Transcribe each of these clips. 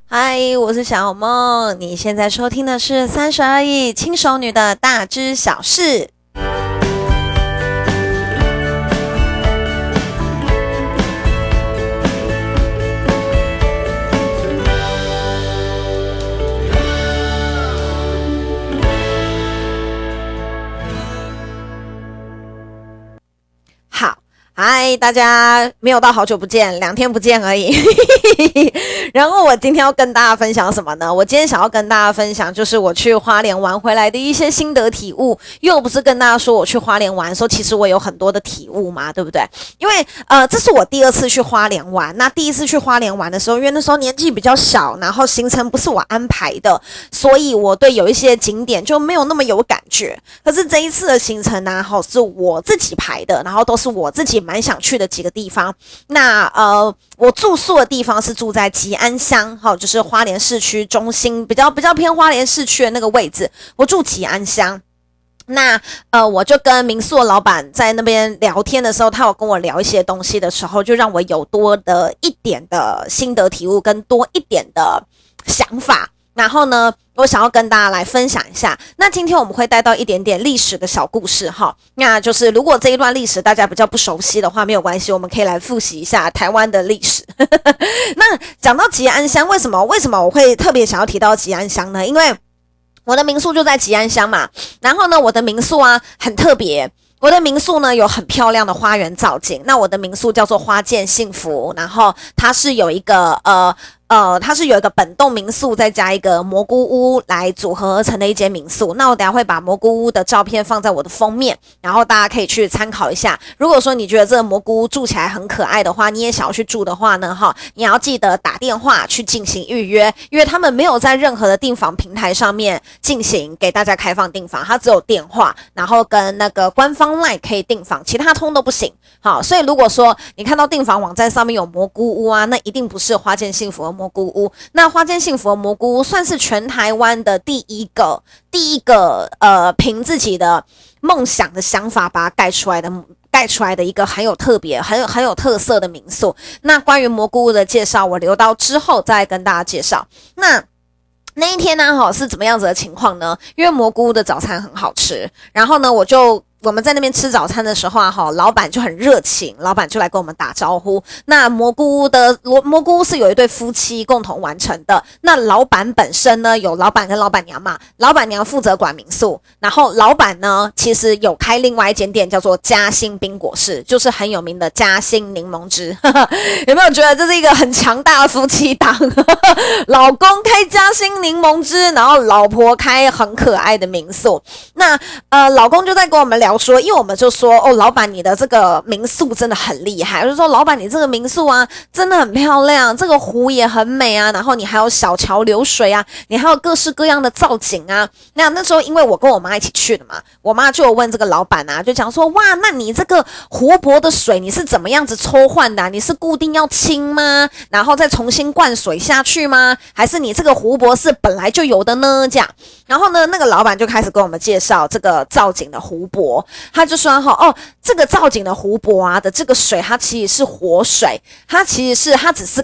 嗨，我是小梦，你现在收听的是30而已轻熟女的大知小事。好，嗨，大家没有到好久不见，2天不见而已。然后我今天要跟大家分享什么呢？我今天想要跟大家分享，就是我去花莲玩回来的一些心得体悟。又不是跟大家说我去花莲玩的时候，其实我有很多的体悟嘛，对不对？因为这是我第2次去花莲玩。那第1次去花莲玩的时候，因为那时候年纪比较小，然后行程不是我安排的，所以我对有一些景点就没有那么有感觉。可是这一次的行程呢，是我自己排的，然后都是我自己蛮想去的几个地方。那我住宿的地方是住在吉安乡，就是花莲市区中心，比较偏花莲市区的那个位置。我住吉安乡。那我就跟民宿的老板在那边聊天的时候，他有跟我聊一些东西的时候，就让我有多的一点的心得体悟跟多一点的想法。然后呢，我想要跟大家来分享一下。那今天我们会带到一点点历史的小故事哈。那就是如果这一段历史大家比较不熟悉的话，没有关系，我们可以来复习一下台湾的历史。那讲到吉安乡，为什么我会特别想要提到吉安乡呢？因为我的民宿就在吉安乡嘛。然后呢，我的民宿啊很特别。我的民宿呢有很漂亮的花园造景。那我的民宿叫做花见幸福，然后它是有一个它是有一个本栋民宿再加一个蘑菇屋来组合而成的一间民宿。那我等一下会把蘑菇屋的照片放在我的封面，然后大家可以去参考一下。如果说你觉得这个蘑菇屋住起来很可爱的话，你也想要去住的话呢，你要记得打电话去进行预约，因为他们没有在任何的订房平台上面进行给大家开放订房，它只有电话，然后跟那个官方 LINE 可以订房，其他通都不行。好，所以如果说你看到订房网站上面有蘑菇屋啊，那一定不是花见幸福的蘑菇屋。那花见幸福的蘑菇屋算是全台湾的第一个凭自己的梦想的想法把它盖出来的一个很有特别很有特色的民宿。那关于蘑菇屋的介绍，我留到之后再跟大家介绍。那一天呢，是怎么样子的情况呢？因为蘑菇屋的早餐很好吃，然后呢，我们在那边吃早餐的时候啊，老板就很热情，老板就来跟我们打招呼。那蘑菇屋是有一对夫妻共同完成的。那老板本身呢，有老板跟老板娘嘛，老板娘负责管民宿，然后老板呢，其实有开另外一间店叫做嘉兴冰果室，就是很有名的嘉兴柠檬汁。有没有觉得这是一个很强大的夫妻档？老公开嘉兴柠檬汁，然后老婆开很可爱的民宿。那老公就在跟我们聊说，因为我们就说老板你的这个民宿真的很厉害，就是说老板你这个民宿啊真的很漂亮，这个湖也很美啊，然后你还有小桥流水啊，你还有各式各样的造景啊。那时候因为我跟我妈一起去的嘛，我妈就有问这个老板啊，就讲说哇，那你这个湖泊的水你是怎么样子抽换的啊？你是固定要清吗？然后再重新灌水下去吗？还是你这个湖泊是本来就有的呢？这样，然后呢，那个老板就开始跟我们介绍这个造景的湖泊。他就说这个造景的湖泊啊的这个水，它其实是活水，它只是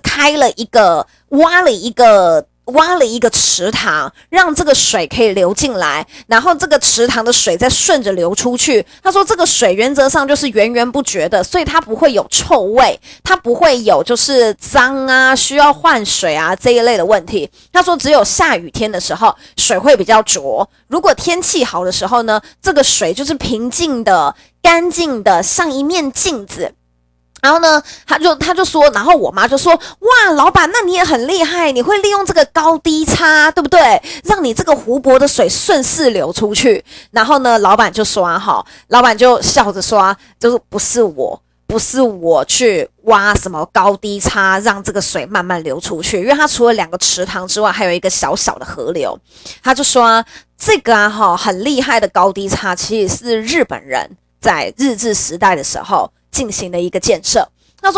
挖了一个池塘，让这个水可以流进来，然后这个池塘的水再顺着流出去。他说这个水原则上就是源源不绝的，所以它不会有臭味，它不会有就是脏啊需要换水啊这一类的问题。他说只有下雨天的时候水会比较浊，如果天气好的时候呢，这个水就是平静的干净的像一面镜子。然后呢，他就说，然后我妈就说，哇，老板，那你也很厉害，你会利用这个高低差，对不对？让你这个湖泊的水顺势流出去。然后呢，老板就说老板就笑着说，就是不是我去挖什么高低差，让这个水慢慢流出去，因为它除了2个池塘之外，还有一个小小的河流。他就说这个很厉害的高低差，其实是日本人在日治时代的时候进行的一个建设。他说这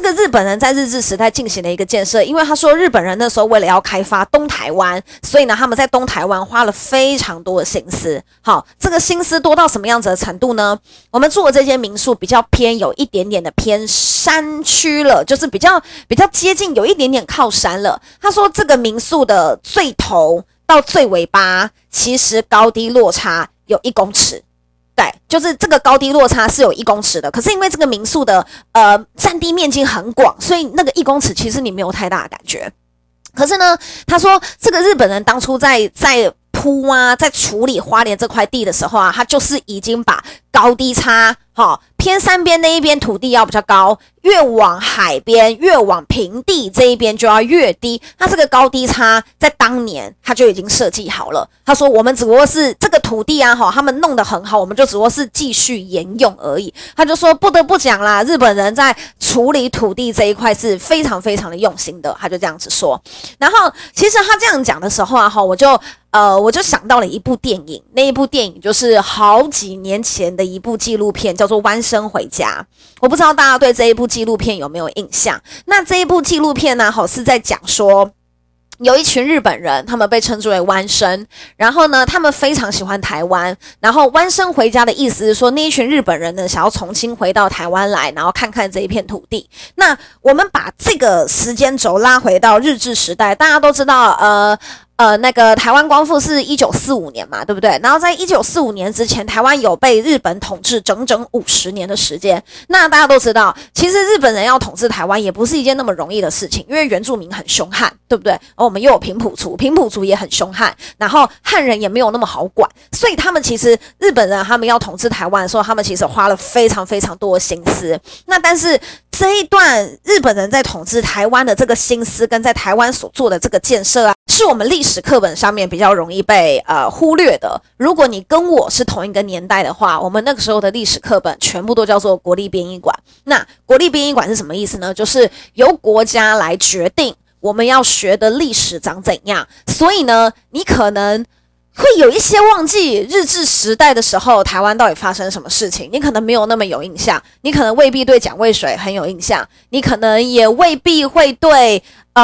个日本人在日治时代进行了一个建设，因为他说日本人那时候为了要开发东台湾，所以呢他们在东台湾花了非常多的心思。好，这个心思多到什么样子的程度呢？我们住的这间民宿比较偏有一点点的偏山区了，就是比较接近有一点点靠山了。他说这个民宿的最头到最尾巴其实高低落差有1公尺。对，就是这个高低落差是有1公尺的，可是因为这个民宿的占地面积很广，所以那个1公尺其实你没有太大的感觉。可是呢，他说这个日本人当初在铺啊，在处理花莲这块地的时候啊，他就是已经把高低差，偏山边那一边土地要比较高，越往海边越往平地这一边就要越低。它这个高低差在当年他就已经设计好了。他说我们只不过是这个土地啊，他们弄得很好，我们就只不过是继续沿用而已。他就说不得不讲啦，日本人在处理土地这一块是非常非常的用心的，他就这样子说。然后其实他这样讲的时候啊，我就想到了一部电影，那一部电影就是好几年前的一部纪录片，叫做《弯生回家》。我不知道大家对这一部纪录片有没有印象？那这一部纪录片呢，是在讲说有一群日本人，他们被称之为湾生，然后呢，他们非常喜欢台湾，然后湾生回家的意思是说，那一群日本人呢，想要重新回到台湾来，然后看看这一片土地。那我们把这个时间轴拉回到日治时代，大家都知道，那个台湾光复是1945年嘛，对不对？然后在1945年之前，台湾有被日本统治整整50年的时间。那大家都知道，其实日本人要统治台湾也不是一件那么容易的事情，因为原住民很凶悍，对不对？我们又有平埔族也很凶悍，然后汉人也没有那么好管，所以他们其实日本人他们要统治台湾的时候，他们其实花了非常非常多的心思。那但是这一段日本人在统治台湾的这个心思跟在台湾所做的这个建设啊，是我们历史课本上面比较容易被忽略的。如果你跟我是同一个年代的话，我们那个时候的历史课本全部都叫做国立编译馆。那国立编译馆是什么意思呢？就是由国家来决定我们要学的历史长怎样。所以呢，你可能会有一些忘记日治时代的时候台湾到底发生什么事情，你可能没有那么有印象，你可能未必对蒋渭水很有印象，你可能也未必会对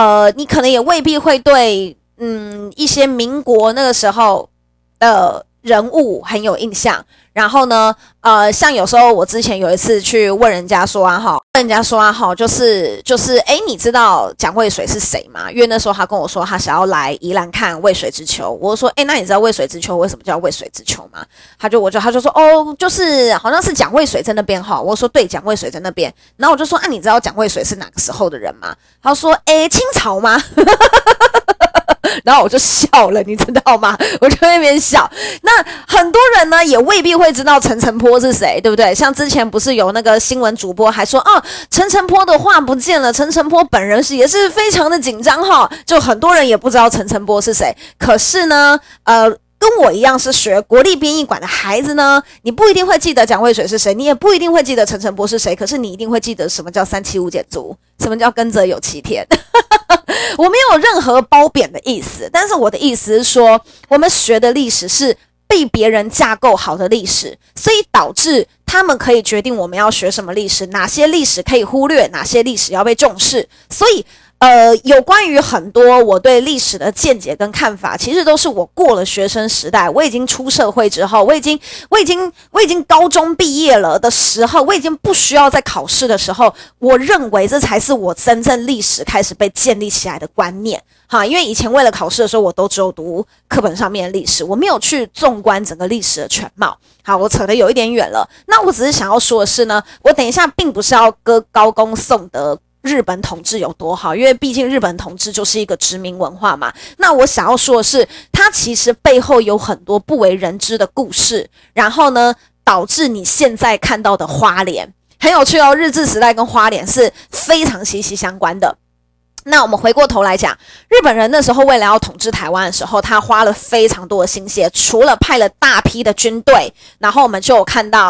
一些民国那个时候的人物很有印象。然后呢，像有时候我之前有一次去问人家说就是你知道蒋渭水是谁吗？因为那时候他跟我说他想要来宜兰看渭水之丘，我就说那你知道渭水之丘为什么叫渭水之丘吗？他就说就是好像是蒋渭水在那边我说对，蒋渭水在那边。然后我就说你知道蒋渭水是哪个时候的人吗？他说清朝吗？然后我就笑了，你知道吗？我就在那边笑。那很多人呢也未必会知道陈澄波是谁，对不对？像之前不是有那个新闻主播还说陈澄波的画不见了，陈澄波本人也是非常的紧张就很多人也不知道陈澄波是谁。可是呢跟我一样是学国立编译馆的孩子呢，你不一定会记得蒋渭水是谁，你也不一定会记得陈澄波是谁，可是你一定会记得什么叫375减租，什么叫耕者有其田。我没有任何褒贬的意思，但是我的意思是说，我们学的历史是被别人架构好的历史，所以导致他们可以决定我们要学什么历史，哪些历史可以忽略，哪些历史要被重视。所以有关于很多我对历史的见解跟看法，其实都是我过了学生时代，我已经出社会之后，我已经高中毕业了的时候，我已经不需要再考试的时候，我认为这才是我真正历史开始被建立起来的观念。因为以前为了考试的时候，我都只有读课本上面的历史，我没有去纵观整个历史的全貌。好，我扯得有一点远了。那我只是想要说的是呢，我等一下并不是要歌高功颂德日本统治有多好，因为毕竟日本统治就是一个殖民文化嘛。那我想要说的是，它其实背后有很多不为人知的故事，然后呢，导致你现在看到的花莲很有趣日治时代跟花莲是非常息息相关的。那我们回过头来讲，日本人那时候为了要统治台湾的时候，他花了非常多的心血，除了派了大批的军队，然后我们就有看到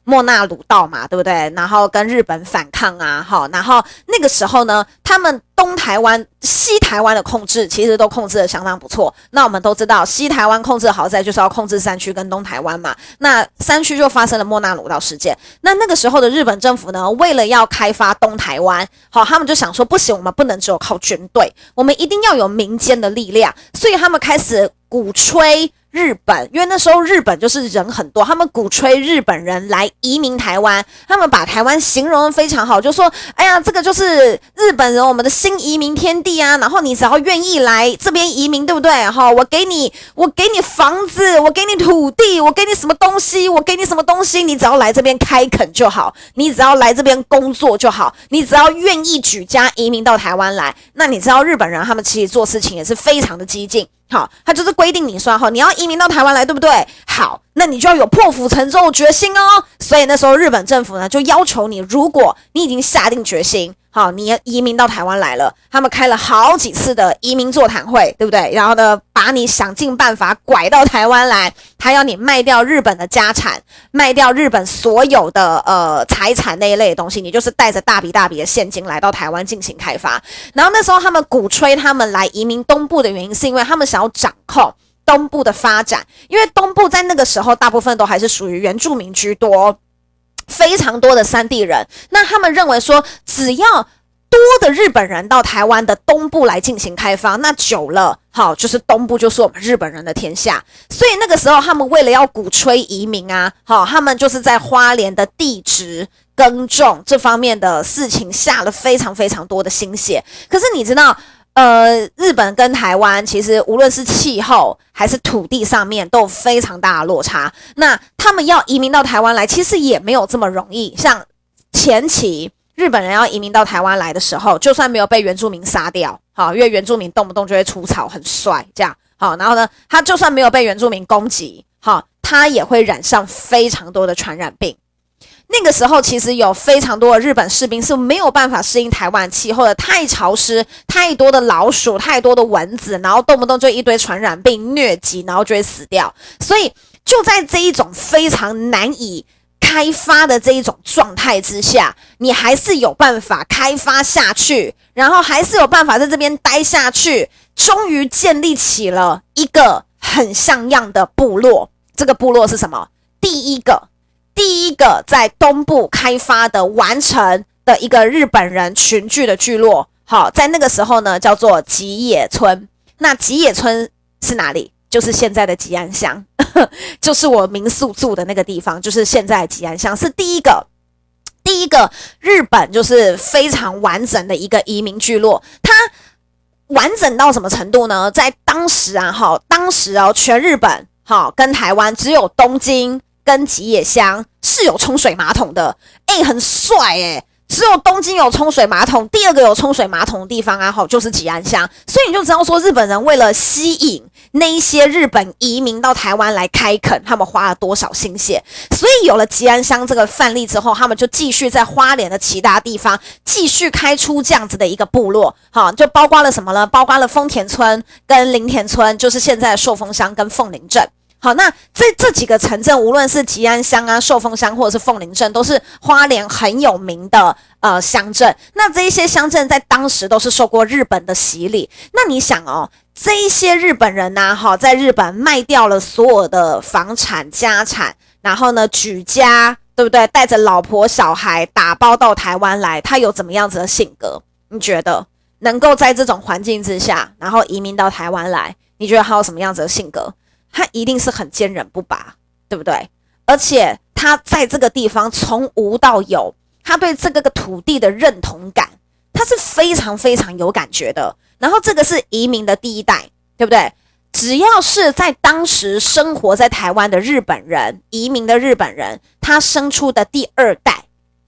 莫纳鲁道嘛，对不对？然后跟日本反抗啊，然后那个时候呢，他们东台湾、西台湾的控制其实都控制得相当不错。那我们都知道，西台湾控制好在就是要控制山区跟东台湾嘛。那山区就发生了莫纳鲁道事件。那个时候的日本政府呢，为了要开发东台湾，他们就想说，不行，我们不能只有靠军队，我们一定要有民间的力量，所以他们开始鼓吹日本，因为那时候日本就是人很多，他们鼓吹日本人来移民台湾，他们把台湾形容得非常好，就说哎呀，这个就是日本人我们的新移民天地啊，然后你只要愿意来这边移民，对不对？我给你房子，我给你土地，我给你什么东西，我给你什么东西，你只要来这边开垦就好，你只要来这边工作就好，你只要愿意举家移民到台湾来。那你知道日本人他们其实做事情也是非常的激进，他就是规定你说，你要移民到台湾来，对不对？好，那你就要有破釜沉舟的决心哦。所以那时候日本政府呢，就要求你，如果你已经下定决心，你移民到台湾来了，他们开了好几次的移民座谈会，对不对？然后呢，把你想尽办法拐到台湾来，他要你卖掉日本的家产，卖掉日本所有的财产那一类的东西，你就是带着大笔大笔的现金来到台湾进行开发。然后那时候他们鼓吹他们来移民东部的原因，是因为他们想要掌控东部的发展，因为东部在那个时候大部分都还是属于原住民居多，非常多的山地人。那他们认为说，只要多的日本人到台湾的东部来进行开发，那久了，就是东部就是我们日本人的天下。所以那个时候他们为了要鼓吹移民啊，他们就是在花莲的地质耕种这方面的事情下了非常非常多的心血。可是你知道日本跟台湾其实无论是气候还是土地上面都有非常大的落差，那他们要移民到台湾来其实也没有这么容易。像前期日本人要移民到台湾来的时候，就算没有被原住民杀掉，因为原住民动不动就会出草很帅这样，然后呢他就算没有被原住民攻击，他也会染上非常多的传染病。那个时候其实有非常多的日本士兵是没有办法适应台湾气候的，太潮湿，太多的老鼠，太多的蚊子，然后动不动就一堆传染病疟疾，然后就会死掉。所以就在这一种非常难以开发的这一种状态之下，你还是有办法开发下去，然后还是有办法在这边待下去，终于建立起了一个很像样的部落。这个部落是什么？第一个在东部开发的完成的一个日本人群聚的聚落，在那个时候呢叫做吉野村。那吉野村是哪里？就是现在的吉安乡就是我民宿住的那个地方，就是现在的吉安乡，是第一个日本就是非常完整的一个移民聚落。它完整到什么程度呢？在当时全日本跟台湾只有东京跟吉野乡是有冲水马桶的，很帅只有东京有冲水马桶，第二个有冲水马桶的地方就是吉安乡。所以你就知道说，日本人为了吸引那一些日本移民到台湾来开垦，他们花了多少心血。所以有了吉安乡这个范例之后，他们就继续在花莲的其他地方继续开出这样子的一个部落，就包括了什么呢？包括了丰田村跟林田村，就是现在的寿丰乡跟凤林镇。好，那这几个城镇，无论是吉安乡啊、寿丰乡或者是凤林镇，都是花莲很有名的乡镇。那这一些乡镇在当时都是受过日本的洗礼。那你想这一些日本人在日本卖掉了所有的房产家产，然后呢举家，对不对？带着老婆小孩打包到台湾来，他有怎么样子的性格？你觉得能够在这种环境之下，然后移民到台湾来，你觉得他有什么样子的性格？他一定是很坚韧不拔，对不对？而且他在这个地方从无到有，他对这个土地的认同感，他是非常非常有感觉的。然后这个是移民的第一代，对不对？只要是在当时生活在台湾的日本人，移民的日本人，他生出的第二代，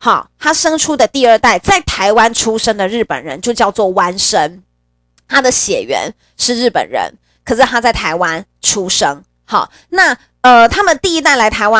在台湾出生的日本人就叫做湾生，他的血缘是日本人，可是他在台湾出生。好，那他们第一代来台湾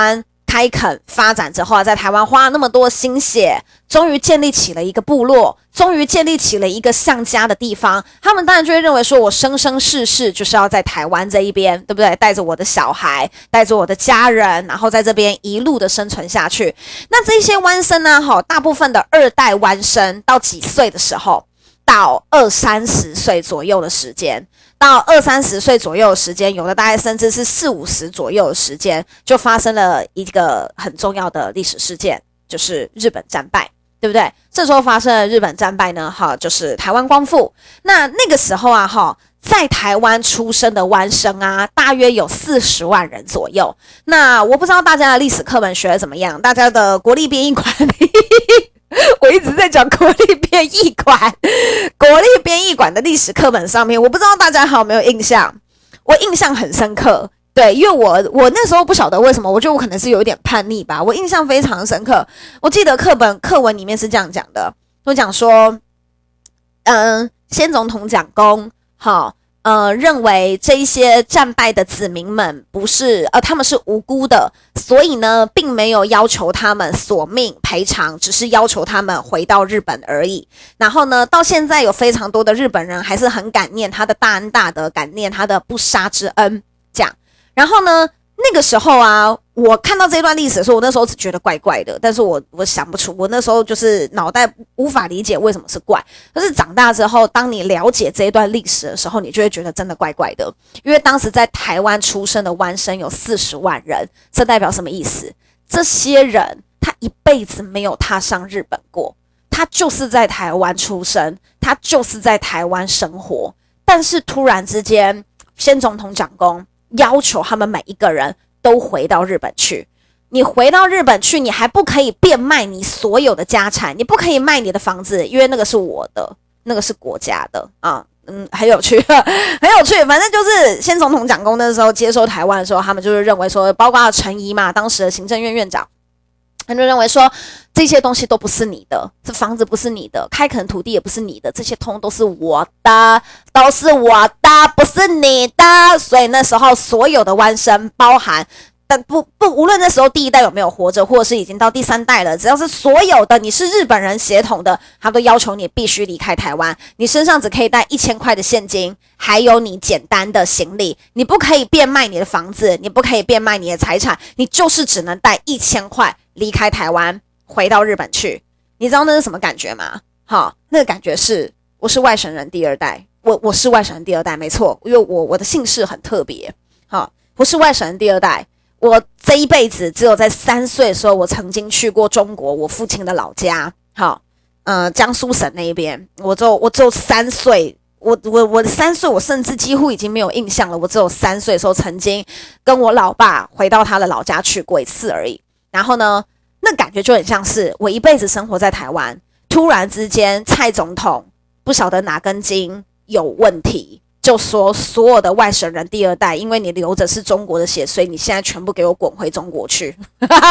开垦发展之后啊，在台湾花了那么多心血，终于建立起了一个部落，终于建立起了一个像家的地方，他们当然就会认为说，我生生世世就是要在台湾这一边，对不对？带着我的小孩，带着我的家人，然后在这边一路的生存下去。那这些湾生呢，大部分的二代湾生到几岁的时候？到20-30岁左右的时间，到20-30岁左右的时间，有的大概甚至是40-50左右的时间，就发生了一个很重要的历史事件，就是日本战败，对不对？这时候发生了日本战败呢，就是台湾光复。那个时候啊，在台湾出生的湾生啊，大约有40万人左右。那我不知道大家的历史课本学得怎么样，大家的国立编译馆我一直在讲国立编译馆，国立编译馆的历史课本上面，我不知道大家还有没有印象？我印象很深刻，对，因为我那时候不晓得为什么，我觉得我可能是有一点叛逆吧，我印象非常深刻。我记得课文里面是这样讲的，我讲说，先总统蒋公，认为这一些战败的子民们不是他们是无辜的，所以呢，并没有要求他们索命赔偿，只是要求他们回到日本而已。然后呢，到现在有非常多的日本人还是很感念他的大恩大德，感念他的不杀之恩，这样。然后呢，那个时候啊，我看到这段历史的时候，我那时候只觉得怪怪的，但是我想不出，我那时候就是脑袋无法理解为什么是怪。但是长大之后，当你了解这一段历史的时候，你就会觉得真的怪怪的，因为当时在台湾出生的湾生有40万人，这代表什么意思？这些人他一辈子没有踏上日本过，他就是在台湾出生，他就是在台湾生活，但是突然之间，先总统蒋公要求他们每一个人都回到日本去。你回到日本去，你还不可以变卖你所有的家产，你不可以卖你的房子，因为那个是我的，那个是国家的啊。很有趣，很有趣。反正就是先总统蒋公那时候接收台湾的时候，他们就是认为说，包括陈仪嘛，当时的行政院院长，他就认为说这些东西都不是你的，这房子不是你的，开垦土地也不是你的，这些通都是我的，都是我的，不是你的。所以那时候所有的湾生，包含但无论那时候第一代有没有活着，或者是已经到第3代了，只要是所有的你是日本人血统的，他都要求你必须离开台湾，你身上只可以带1000块的现金，还有你简单的行李，你不可以变卖你的房子，你不可以变卖你的财产，你就是只能带1000块离开台湾，回到日本去。你知道那是什么感觉吗？那个感觉是我是外省人第2代，我是外省人第2代，没错，因为我的姓氏很特别，我是外省人第2代。我这一辈子只有在3岁的时候，我曾经去过中国，我父亲的老家，江苏省那边，我只有3岁，我的3岁，我甚至几乎已经没有印象了。我只有3岁的时候，曾经跟我老爸回到他的老家去过一次而已。然后呢，那感觉就很像是我一辈子生活在台湾，突然之间蔡总统不晓得哪根筋有问题。就说所有的外省人第2代，因为你流着是中国的血，所以你现在全部给我滚回中国去。这是不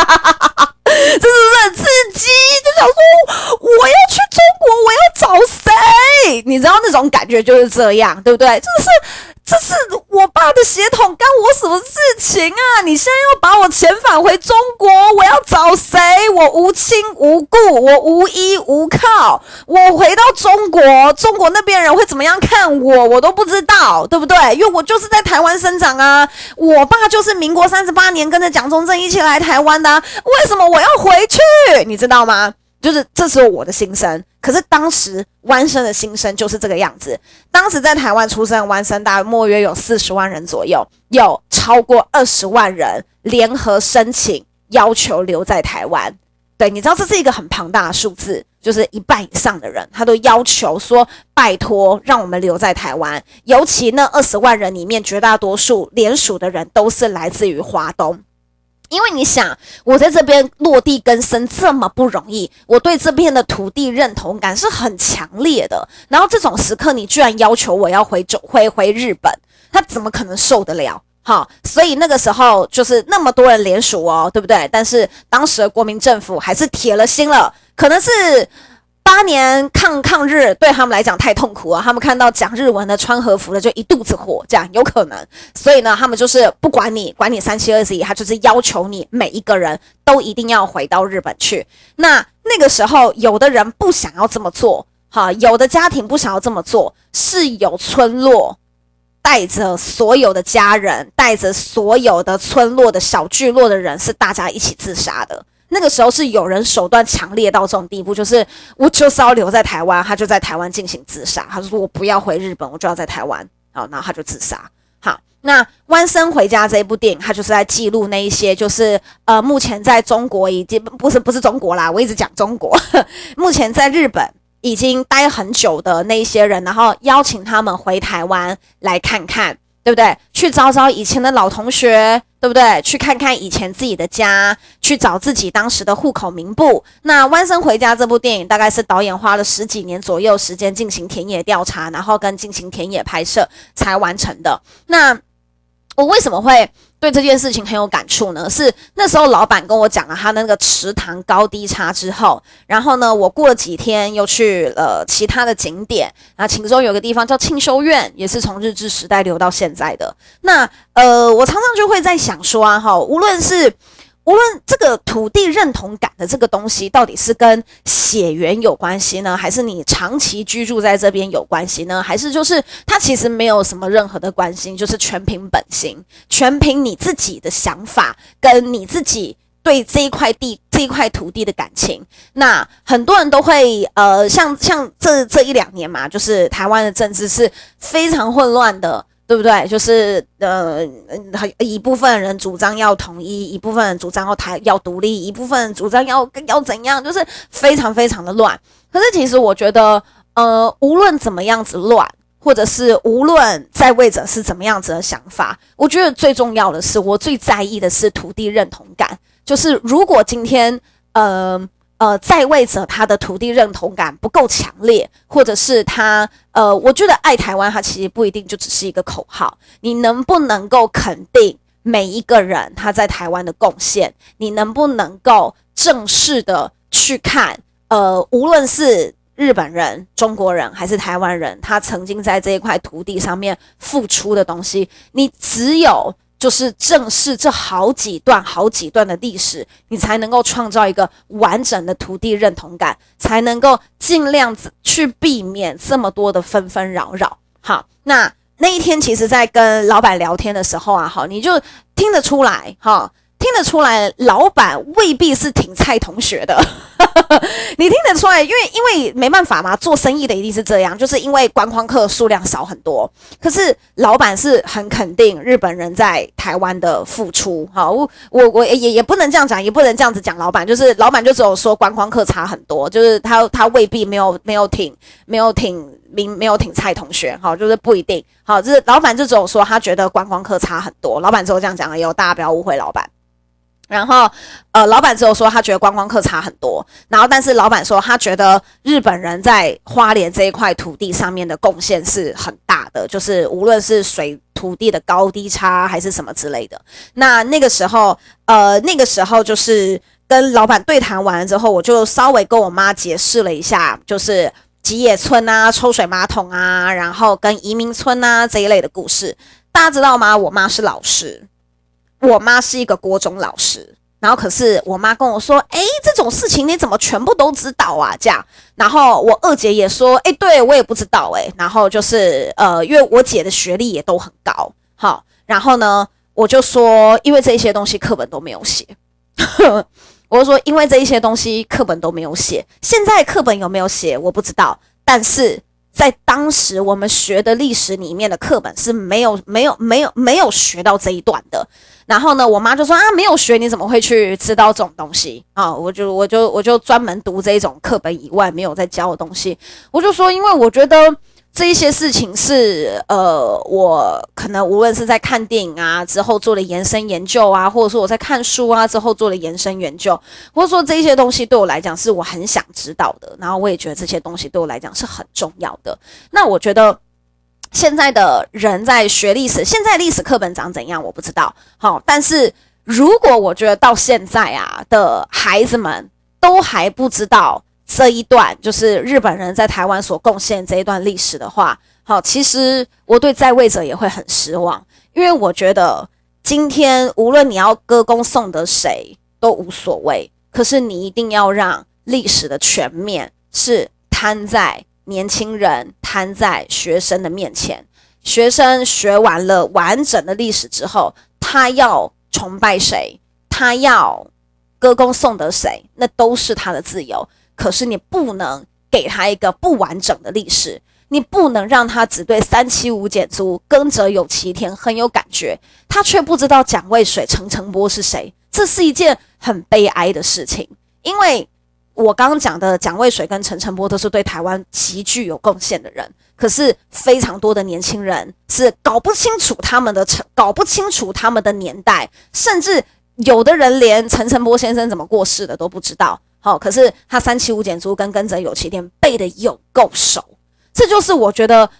是很刺激？就想说我要去中国，我要找谁？你知道那种感觉就是这样，对不对？这是我爸的血统，干我什么事情啊？你现在要把我遣返回中国，我要找谁？我无亲无故，我无依无靠，我回到中国，中国那边人会怎么样看我，我都不知道，对不对？因为我就是在台湾生长啊，我爸就是民国38年跟着蒋中正一起来台湾的为什么我要回去？你知道吗？就是这时候我的心声，可是当时湾生的心声就是这个样子。当时在台湾出生的湾生，大约有40万人左右，有超过20万人联合申请要求留在台湾。对，你知道这是一个很庞大的数字，就是1半以上的人，他都要求说拜托让我们留在台湾。尤其那20万人里面，绝大多数联署的人都是来自于华东。因为你想，我在这边落地根生这么不容易，我对这边的土地认同感是很强烈的。然后这种时刻，你居然要求我要回日本，他怎么可能受得了？所以那个时候就是那么多人联署哦，对不对？但是当时的国民政府还是铁了心了，可能是 8年抗日对他们来讲太痛苦了，他们看到讲日文的穿和服的就一肚子火，这样有可能。所以呢，他们就是不管你3721，他就是要求你每一个人都一定要回到日本去。那个时候，有的人不想要这么做，有的家庭不想要这么做，是有村落带着所有的家人，带着所有的村落的小聚落的人，是大家一起自杀的。那个时候是有人手段强烈到这种地步，就是我就是要留在台湾，他就在台湾进行自杀。他说我不要回日本，我就要在台湾。好，然后他就自杀。好，那《弯身回家》这一部电影，它就是在记录那一些就是目前在中国已经不是中国啦，我一直讲中国，目前在日本已经待很久的那一些人，然后邀请他们回台湾来看看，对不对？去找找以前的老同学，对不对？去看看以前自己的家，去找自己当时的户口名簿。那《弯身回家》这部电影大概是导演花了10几年左右时间进行田野调查，然后跟进行田野拍摄才完成的。那我为什么会对这件事情很有感触呢？是那时候老板跟我讲了他那个池塘高低差之后，然后呢，我过了几天又去了其他的景点，然后其中有个地方叫庆修院，也是从日治时代留到现在的。那我常常就会在想说啊，无论这个土地认同感的这个东西，到底是跟血缘有关系呢，还是你长期居住在这边有关系呢？还是就是它其实没有什么任何的关系，就是全凭本心，全凭你自己的想法，跟你自己对这一块地、这一块土地的感情。那很多人都会像这1、2年嘛，就是台湾的政治是非常混乱的。对不对？就是一部分人主张要统一，一部分人主张要独立，一部分人主张要怎样，就是非常非常的乱。可是其实我觉得，无论怎么样子乱，或者是无论在位者是怎么样子的想法，我觉得最重要的是，我最在意的是土地认同感。就是如果今天在位者他的土地认同感不够强烈，或者是他我觉得爱台湾他其实不一定就只是一个口号，你能不能够肯定每一个人他在台湾的贡献？你能不能够正式的去看无论是日本人、中国人还是台湾人，他曾经在这一块土地上面付出的东西，你只有就是正视这好几段的历史，你才能够创造一个完整的土地认同感，才能够尽量去避免这么多的纷纷扰扰。好，那一天其实在跟老板聊天的时候啊，你就听得出来，老板未必是挺蔡同学的。你听得出来，因为没办法嘛，做生意的一定是这样，就是因为观光客数量少很多，可是老板是很肯定日本人在台湾的付出。好，我也不能这样讲，也不能这样子讲老板，就是老板就只有说观光客差很多，就是他未必没有挺蔡同学，好，就是不一定。好，就是老板就只有说他觉得观光客差很多，老板只有这样讲而已，大家不要误会老板。然后，老板只有说他觉得观光客差很多，然后但是老板说他觉得日本人在花莲这一块土地上面的贡献是很大的，就是无论是土地的高低差还是什么之类的。那个时候就是跟老板对谈完之后，我就稍微跟我妈解释了一下，就是吉野村啊、抽水马桶啊，然后跟移民村啊这一类的故事。大家知道吗？我妈是老师。我妈是一个国中老师，然后可是我妈跟我说，这种事情你怎么全部都知道啊？这样，然后我二姐也说，对我也不知道然后就是因为我姐的学历也都很高，好，然后呢，我就说，因为这一些东西课本都没有写，我就说，因为这一些东西课本都没有写，现在课本有没有写我不知道，但是在当时我们学的历史里面的课本是没有学到这一段的。然后呢，我妈就说没有学，你怎么会去知道这种东西啊？我就专门读这一种课本以外没有在教的东西。我就说，因为我觉得这一些事情是我可能无论是在看电影啊之后做了延伸研究啊，或者说我在看书啊之后做了延伸研究，或者说这一些东西对我来讲是我很想知道的，然后我也觉得这些东西对我来讲是很重要的。那我觉得现在的人在学历史，现在历史课本长怎样我不知道，好，但是如果我觉得到现在的孩子们都还不知道这一段就是日本人在台湾所贡献这一段历史的话，好，其实我对在位者也会很失望，因为我觉得今天无论你要歌功颂德谁都无所谓，可是你一定要让历史的全面是摊在年轻人、摊在学生的面前。学生学完了完整的历史之后，他要崇拜谁，他要歌功颂德谁，那都是他的自由。可是你不能给他一个不完整的历史，你不能让他只对375减租、耕者有其田很有感觉，他却不知道蒋渭水、陈澄波是谁，这是一件很悲哀的事情。因为我刚刚讲的蒋渭水跟陈澄波都是对台湾极具有贡献的人，可是非常多的年轻人是搞不清楚他们的年代，甚至有的人连陈澄波先生怎么过世的都不知道。好，可是他375减租跟耕者有其田背的有够熟，这就是我觉得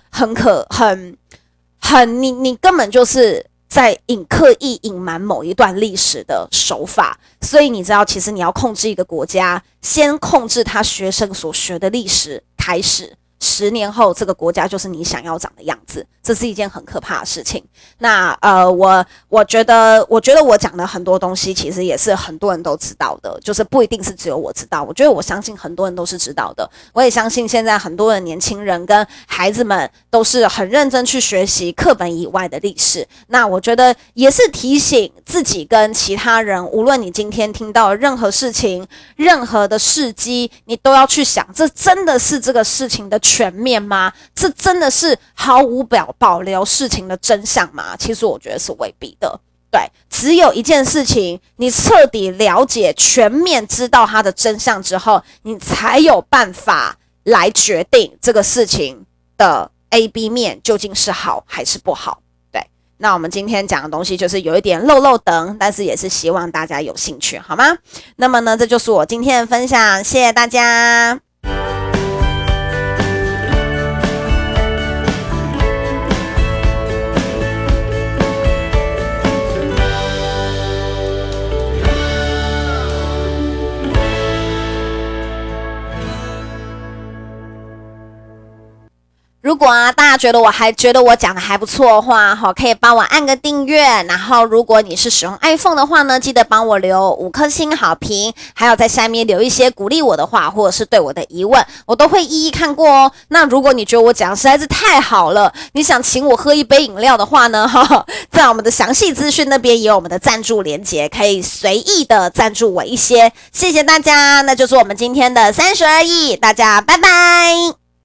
你根本就是在刻意隐瞒某一段历史的手法。所以你知道，其实你要控制一个国家，先控制他学生所学的历史开始，10年后这个国家就是你想要长的样子，这是一件很可怕的事情。那我觉得我讲的很多东西其实也是很多人都知道的，就是不一定是只有我知道，我相信很多人都是知道的。我也相信现在很多的年轻人跟孩子们都是很认真去学习课本以外的历史。那我觉得也是提醒自己跟其他人，无论你今天听到任何事情、任何的事迹，你都要去想，这真的是这个事情的全面吗？这真的是毫无保留事情的真相吗？其实我觉得是未必的。对，只有一件事情，你彻底了解、全面知道它的真相之后，你才有办法来决定这个事情的 A、B 面究竟是好还是不好。对，那我们今天讲的东西就是有一点漏等，但是也是希望大家有兴趣，好吗？那么呢，这就是我今天的分享，谢谢大家。如果大家觉得我讲的还不错的话，可以帮我按个订阅。然后如果你是使用 iPhone 的话呢，记得帮我留5颗星好评，还有在下面留一些鼓励我的话，或者是对我的疑问，我都会一一看过哦。那如果你觉得我讲的实在是太好了，你想请我喝一杯饮料的话呢，在我们的详细资讯那边也有我们的赞助连结，可以随意的赞助我一些。谢谢大家，那就是我们今天的32亿，大家拜拜。